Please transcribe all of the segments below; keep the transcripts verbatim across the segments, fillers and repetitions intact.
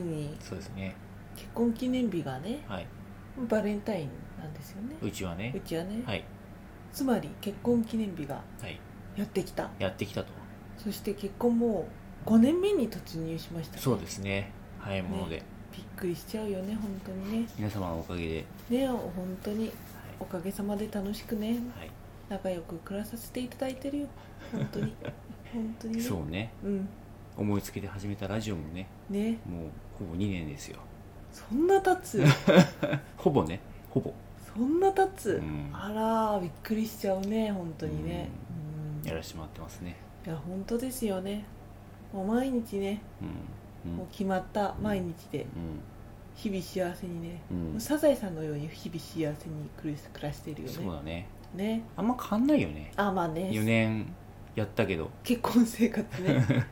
にそうですね。 結婚記念日がね、 はい。 バレンタインなんですよね。 うちはね。 うちはね、 はい。 つまり結婚記念日がはい。 やってきた。 やってきたと。 そして結婚もごねんめに突入しましたね。 そうですね。早いもので、 ね、びっくりしちゃうよね、本当にね。 皆様のおかげで、 ね、本当におかげさまで楽しくね、 はい、 仲良く暮らさせていただいてるよ、本当に本当にね。 そうね、 うん、 思いつきで始めたラジオもね、 ね、 もうほぼにねんですよ。 そんな経つほぼね、ほぼそんな経つ、 うん、 あらーびっくりしちゃうね、本当にね。 うん、やらせてもらってますね。 いや本当ですよね。もう毎日ね、 うんうん、 もう決まった毎日で、 うん、 日々幸せにね、 うん、 もうサザエさんのように日々幸せに暮らしてるよね。 そうだね。 ね、 あんま変わんないよね。 あ、まあね、 よねんやったけど結婚生活ね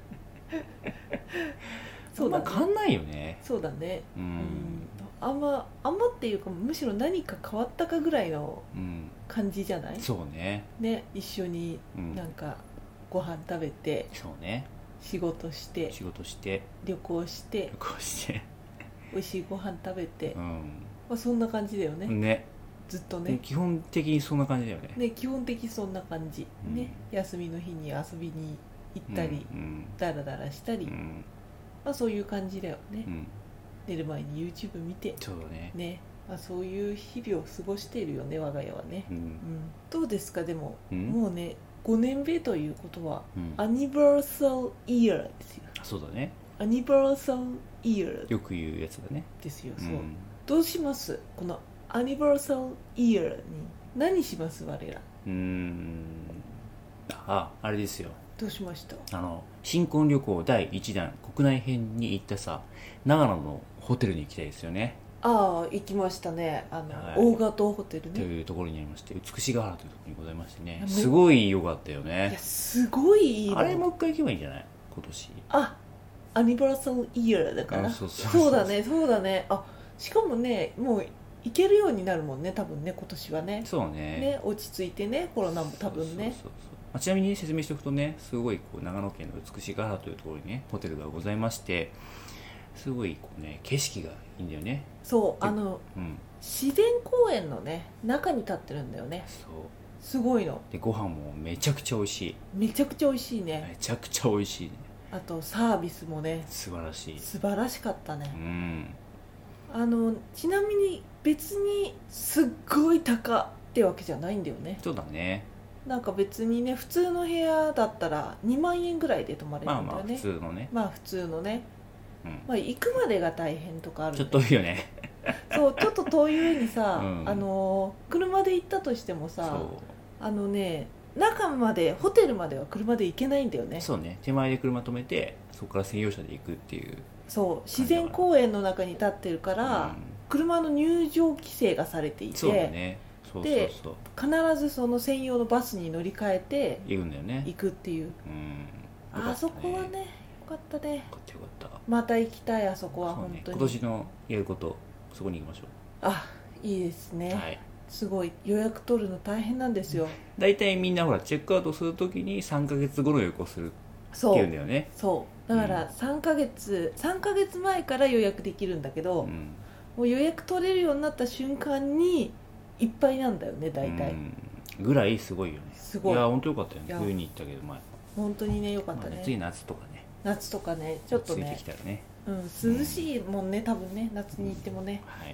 そうだね、 あんま変わんないよね。 そうだね、 うん、 うん、あんまあんまっていうかむしろ何か変わったかぐらいの感じじゃない、うん、 そうね。 ね、一緒になんかご飯食べて、 うん、そうね、 仕事して仕事して旅行して旅行して美味しいご飯食べて、 うん、 まあ、そんな感じだよね、 ね、 ずっとね、 基本的にそんな感じだよね。 ね、基本的そんな感じ、 うん、 ね、休みの日に遊びに行ったり、うん、ダラダラしたり、うん、まあ、そういう感じだよね、うん、寝る前に YouTube 見て、 そうだね、 ね、まあ、そういう日々を過ごしているよね、我が家はね、うんうん、どうですか。でも、うん、もうねごねんめということは、うん、アニバーサルイヤーですよ。 そうだね、 アニバーサルイヤーよく言うやつだね。 ですよ、そう、うん、どうします？このアニバーサルイヤーに何します？我ら。 うーん、あ、あれですよ。 どうしました？ あの新婚旅行だいいちだん国内編に行ったさ、長野のホテルに行きたいですよね。 ああ、行きましたね。あの、はい、大型ホテルねというところにありまして、美しが原というところにございましてね、すごい良かったよね。 いや、すごいいいの。 あれもう一回行けばいいんじゃない？今年。 あ、アニバーサルイヤーだから。そうそうそうそう、そうだね、そうだね。あ、しかもね、もう行けるようになるもんね、多分ね、今年はね。 そうね。 ね、落ち着いてね、コロナも多分ね。そうそうそうそう、 まあ、ちなみに説明しておくとね、すごいこう長野県の美しが原というところにねホテルがございまして、すごいこうね景色がいいんだよね。 そう、あの、うん、自然公園のね中に立ってるんだよね。そう、すごいので、ご飯もめちゃくちゃ美味しい。 めちゃくちゃ美味しいね。 めちゃくちゃ美味しいね。 あとサービスもね素晴らしい。 素晴らしかったね。 うん、 あのちなみに別にすっごい高ってわけじゃないんだよね。 そうだね。 なんか別にね、普通の部屋だったらにまんえんぐらいで泊まれるんだよね。 まあまあ普通のね、 まあ普通のね、うん、まあ行くまでが大変とかあるんだよね。ちょっと遠いよねそう、ちょっと遠い上にさ、うん、あの車で行ったとしてもさ、あのね、中までホテルまでは車で行けないんだよね。 そうね、手前で車止めてそこから専用車で行くっていう。 そう、自然公園の中に立ってるから、うん、車の入場規制がされていて、 そうだね、そうそうそう、 で必ずその専用のバスに乗り換えて行くんだよね。 行くっていう、うん、あそこはね、よかったね。よかったよかった。また行きたい、あそこは。本当に、 ね、今年のやることそこに行きましょう。 あ、いいですね、はい、すごい予約取るの大変なんですよ。 だいたいみんなほらチェックアウトするときにさんかげつごの予約をするっていうんだよね。 そうだからさんかげつ、うん、さんかげつまえから予約できるんだけど、うん、もう予約取れるようになった瞬間にいっぱいなんだよね、大体、うん、 ぐらいすごいよね。 すごい。 いや本当よかったよね。冬に行ったけど前本当にね、よかったね、 まあ、次夏とかね、 夏とかね、ちょっとねついてきたらね、 うん、涼しいもんね、多分ね、夏に行ってもね、 はい。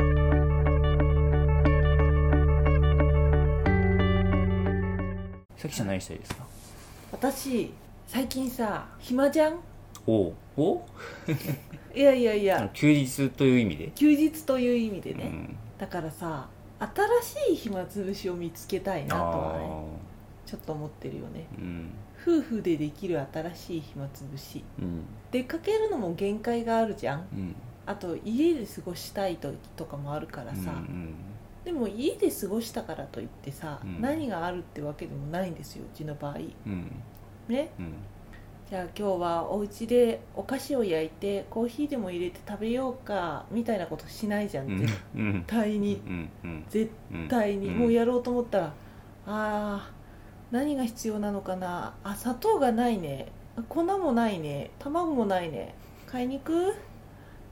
さきさん何したいですか？ 私最近さ暇じゃん。 おおいやいやいや、 休日という意味で、 休日という意味でね、うん、だからさ新しい暇つぶしを見つけたいなとはねちょっと思ってるよね、うん、夫婦でできる新しい暇つぶし、うん、出かけるのも限界があるじゃん、うん、あと家で過ごしたい時とかもあるからさ、うんうん、でも家で過ごしたからといってさ、うん、何があるってわけでもないんですよ、うちの場合、うん、ね、うん、じゃあ今日はお家でお菓子を焼いてコーヒーでも入れて食べようかみたいなことしないじゃん、うん、絶対に、うんうん、絶対に、うん、もうやろうと思ったら、あー何が必要なのかなあ、砂糖がないね、粉もないね、卵もないね、買いに行く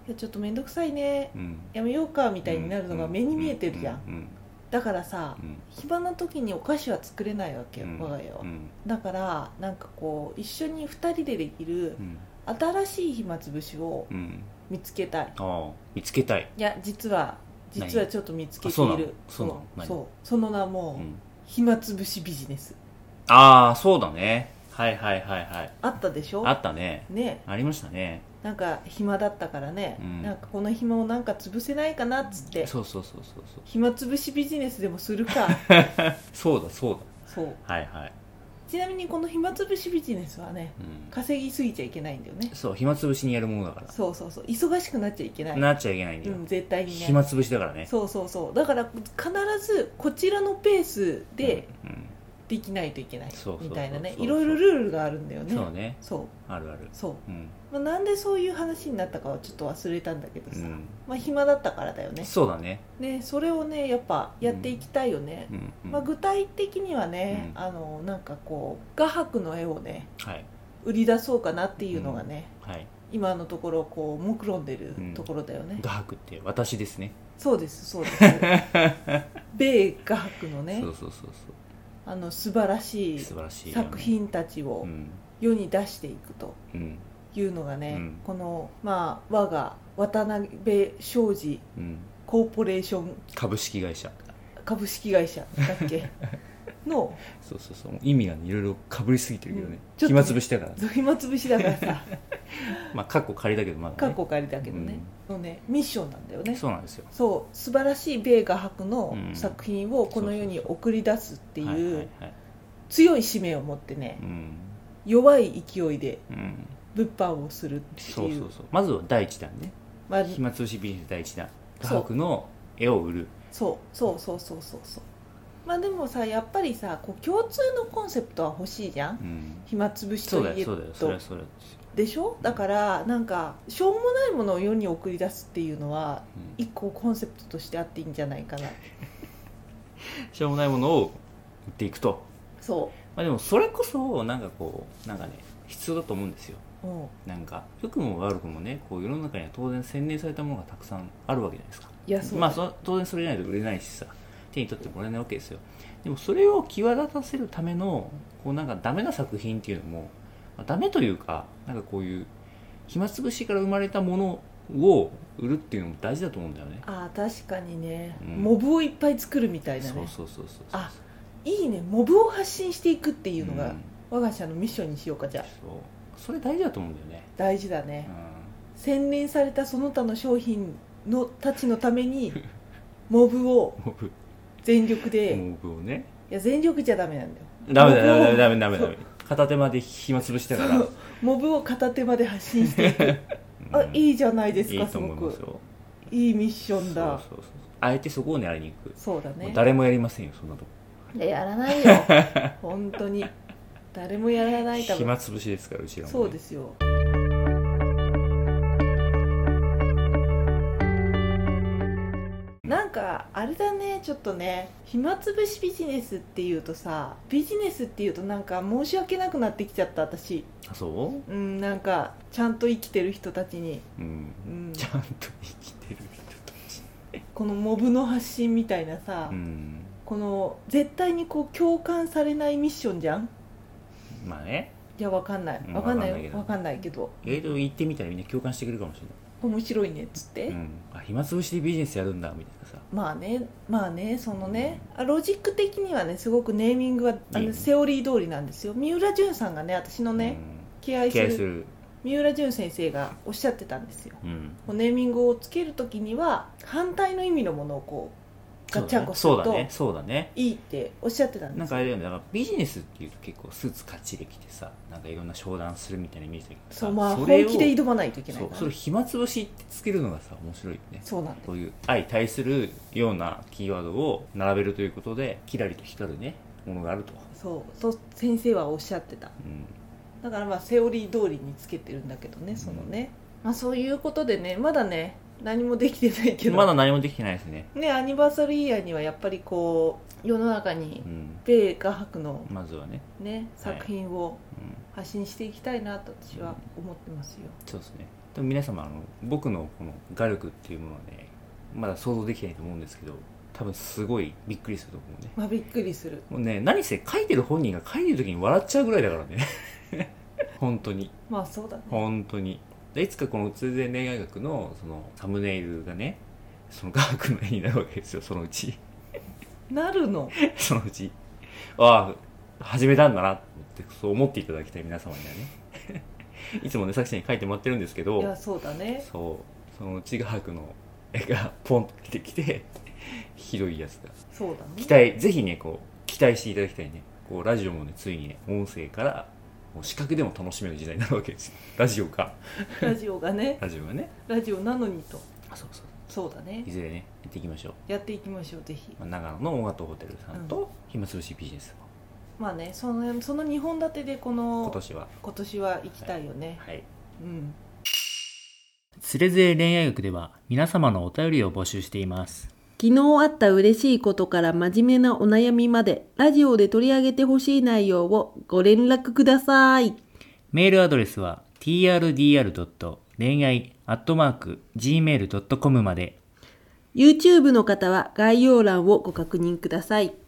いやちょっとめんどくさいね、 うん、 やめようかみたいになるのが目に見えてるじゃん、 うんうんうん、 だからさ、 うん、 暇な時にお菓子は作れないわけよ、 うん、 我が家は、 うん、 だからなんかこう一緒にふたりでできる新しい暇つぶしを見つけたい、 うん、ああ見つけたい。 いや実は実はちょっと見つけている。 そうなの？ そうそうその名も、うん、暇つぶしビジネス。 ああそうだね、はいはいはいはい、 あったでしょ。 あったね、 ね、 ありましたね。 なんか暇だったからね、うん、なんかこの暇をなんか潰せないかなっつって、 そうそうそうそうそう、 暇つぶしビジネスでもするかそうだそうだ、 そうはいはい。 ちなみにこの暇つぶしビジネスはね、うん、稼ぎすぎちゃいけないんだよね。 そう、暇つぶしにやるものだから。そうそうそう忙しくなっちゃいけない、 なっちゃいけないんだよ、 うん、絶対にね。 暇つぶしだからね。 そうそうそう、だから必ずこちらのペースで、うんうん、できないといけないみたいなね、いろいろルールがあるんだよね。 そうね、 そうあるある、 そう、 うん、 まあ、なんでそういう話になったかはちょっと忘れたんだけどさ、うん、まあ暇だったからだよね。 そうだね。 ね、それをねやっぱやっていきたいよね、うんうん、まあ、具体的にはね、うん、あのなんかこう画伯の絵をね、はい、売り出そうかなっていうのがね、うん、はい、今のところこう目論んでるところだよね、うん、 画伯って私ですね。 そうですそうです米画伯のね、 そうそうそうそう、 あの素晴らしい作品たちを世に出していくというのがね、うん、この、まあ、我が渡辺商事コーポレーション、うん、 株式会社株式会社だっけのそうそうそう、意味が、ね、いろいろかぶりすぎてるけどね、うん、暇つぶしだから、 ね、暇つぶしだからさまあカッコ仮だけどまだね、 カッコ仮だけどね、うん、のねミッションなんだよね。 そうなんですよ。 そう素晴らしい米画伯の作品をこの世に送り出すっていう強い使命を持ってね、うん、弱い勢いで物販をするっていう、 そうそうそう、まずは第一弾ね、まあ、暇つぶしビジネス第一弾、画伯の絵を売る。 そうそうそうそうそうそう、まあでもさやっぱりさこう共通のコンセプトは欲しいじゃん、うん、暇つぶしといえばそうだよそうだよそれはそれでしょ。だからなんかしょうもないものを世に送り出すっていうのは、うん、一個コンセプトとしてあっていいんじゃないかなしょうもないものを売っていくと。 そう、 まあ、でもそれこそなんかこうなんかね必要だと思うんですよ。なんか良くも悪くもねこう世の中には当然洗練されたものがたくさんあるわけじゃないですか。 いやそうまあそ当然それじゃないと売れないしさ手に取ってもらえないわけですよ。でもそれを際立たせるためのこうなんかダメな作品っていうのも、まあ、ダメというかなんかこういう暇つぶしから生まれたものを売るっていうのも大事だと思うんだよね。 ああ確かにね、うん、モブをいっぱい作るみたいなね。 そうそうそうそうそう。 あいいね、モブを発信していくっていうのが、うん、我が社のミッションにしようか。じゃあそうそれ大事だと思うんだよね。 大事だね、うん、洗練されたその他の商品のたちのためにモブを全力でモブをね、 いや全力じゃダメなんだよ。 ダメだダメだダメだダメだ片手間で暇つぶしてからモブを片手間で発信していく、うん、あいいじゃないですか。いいと思いますよ。いいミッションだ。そうそうそう、 あえてそこを狙いに行く。 そうだね。 誰もやりませんよそんなとこ。 いややらないよ本当に誰もやらない。多分暇つぶしですからうちらも、ね、 そうですよ。なんかあれだね、ちょっとね暇つぶしビジネスっていうとさ、ビジネスっていうとなんか申し訳なくなってきちゃった私。 あそう？ うんなんかちゃんと生きてる人たちに、 うんうん、ちゃんと生きてる人たちこのモブの発信みたいなさ、うん、この絶対にこう共感されないミッションじゃん。 まあね。 いやわかんないわかんないわかんないけど、 えーと言ってみたらみんな共感してくれるかもしれない。 面白いねっつって、うん、 あ暇つぶしでビジネスやるんだみたいなさ。 まあねまあねそのね、うん、ロジック的にはねすごくネーミングはあのセオリー通りなんですよ。三浦淳さんがね私のね、うん、敬愛する, する三浦淳先生がおっしゃってたんですよ、うん、ネーミングをつけるときには反対の意味のものをこうガッチャンコするとそうだねいいっておっしゃってたんですよ。 なんかあれだよね、だからビジネスっていうと結構スーツかっちり着てさなんかいろんな商談するみたいなイメージだけどさ、 そうまあ本気で挑まないといけないから、 そうそれ暇つぶしってつけるのがさ面白いよね。 そうなんだ。 そういう相対するようなキーワードを並べるということでキラリと光るねものがあると。 そうと先生はおっしゃってた、うん、だからまあセオリー通りにつけてるんだけどね、そのね、うん、まあそういうことでねまだね何もできてないけどまだ何もできてないですね。 ねアニバーサリーイヤーにはやっぱりこう世の中に米画伯の、 うん、まずはねね作品を発信していきたいなと私は思ってますよ、 はい、そうですね。 でも皆様あの僕のこの画力っていうものはねまだ想像できないと思うんですけど、多分すごいびっくりすると思うね。 まあびっくりする。 もうね、何せ書いてる本人が書いてる時に笑っちゃうぐらいだからね本当に。 まあそうだね。 本当に。でいつかこの通然恋愛学のそのサムネイルがね、その画伯の絵になるわけですよ、そのうちなるのそのうちああ始めたんだなって、そう思っていただきたい皆様にはねいつもね作者に書いてもらってるんですけど、 いやそうだね。 そうそのうち画伯の絵がポンと出てきてひどいやつが、 そうだね。 期待ぜひねこう期待していただきたいね。こうラジオもねついにね音声からもう視覚でも楽しめる時代になるわけですよ。ラジオかラジオがねラジオがねラジオなのにと。 あそうそうそうだね。 いずれねやっていきましょう。 やっていきましょうぜひ。 まあ長野のオーガトホテルさんと暇つぶしビジネスもまあねそのそのにほん立てでこの今年は今年は行きたいよね。 はい、はい、 うんつれづれ恋愛学では皆様のお便りを募集しています。 昨日あった嬉しいことから真面目なお悩みまでラジオで取り上げてほしい内容をご連絡ください。 メールアドレスは ティーアールディーアールドットれんあいアットマークジーメールドットコム まで。 YouTube の方は概要欄をご確認ください。